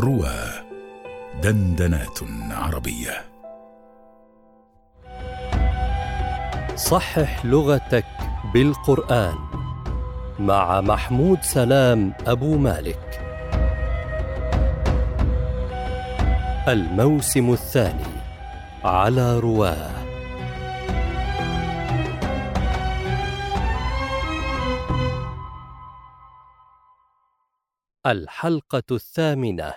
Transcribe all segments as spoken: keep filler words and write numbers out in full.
روى دندنات عربية. صحح لغتك بالقرآن مع محمود سلام أبو مالك. الموسم الثاني على رواه. الحلقة الثامنة.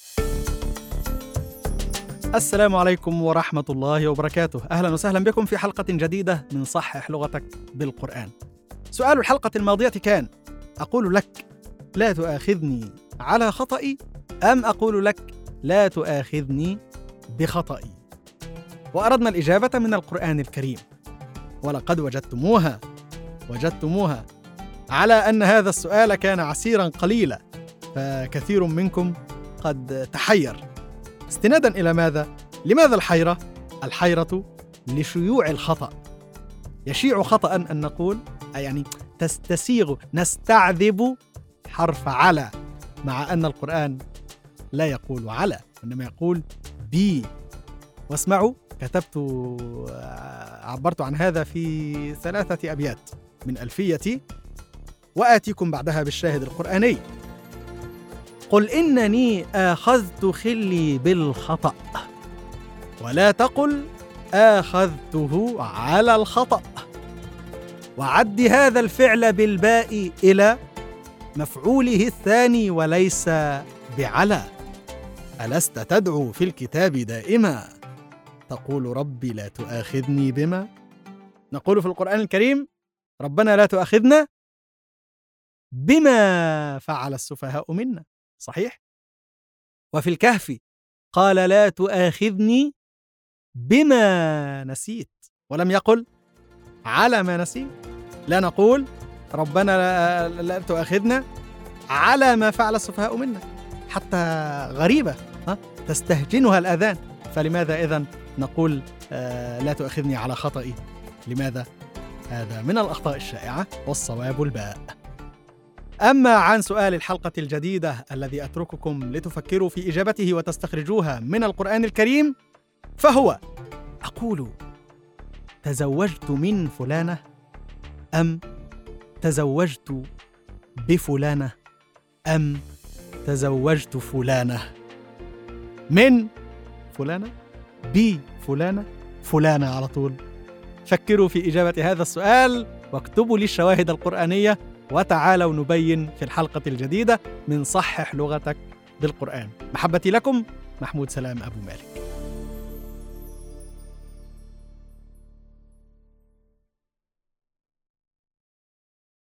السلام عليكم ورحمة الله وبركاته. أهلا وسهلا بكم في حلقة جديدة من صحح لغتك بالقرآن. سؤال الحلقة الماضية كان: أقول لك لا تؤاخذني على خطئي، أم أقول لك لا تؤاخذني بخطئي؟ وأردنا الإجابة من القرآن الكريم، ولقد وجدتموها وجدتموها على أن هذا السؤال كان عسيرا قليلا، فكثير منكم قد تحير. استنادا إلى ماذا؟ لماذا الحيرة؟ الحيرة لشيوع الخطأ. يشيع خطأ أن نقول، يعني تستسيغ نستعذب حرف على، مع أن القرآن لا يقول على، إنما يقول بي. واسمعوا، كتبت عبرت عن هذا في ثلاثة أبيات من ألفيتي، وآتيكم بعدها بالشاهد القرآني. قل إنني آخذت خلي بالخطأ، ولا تقل آخذته على الخطأ. وعد هذا الفعل بالباء إلى مفعوله الثاني وليس بعلى. ألست تدعو في الكتاب دائما تقول ربي لا تؤاخذني بما؟ نقول في القرآن الكريم ربنا لا تؤاخذنا بما فعل السفهاء منا، صحيح؟ وفي الكهف قال لا تؤاخذني بما نسيت، ولم يقل على ما نسيت. لا نقول ربنا لا, لا تؤاخذنا على ما فعل السفهاء منا، حتى غريبة ها؟ تستهجنها الأذان. فلماذا إذن نقول آه لا تؤاخذني على خطئي؟ لماذا؟ هذا من الأخطاء الشائعة، والصواب الباء. أما عن سؤال الحلقة الجديدة الذي أترككم لتفكروا في إجابته وتستخرجوها من القرآن الكريم، فهو: أقول تزوجت من فلانة، أم تزوجت بفلانة، أم تزوجت فلانة؟ من فلانة، بفلانة، فلانة على طول. فكروا في إجابة هذا السؤال واكتبوا لي الشواهد القرآنية، وتعالوا نبين في الحلقة الجديدة من صحح لغتك بالقرآن. محبتي لكم، محمود سلام أبو مالك.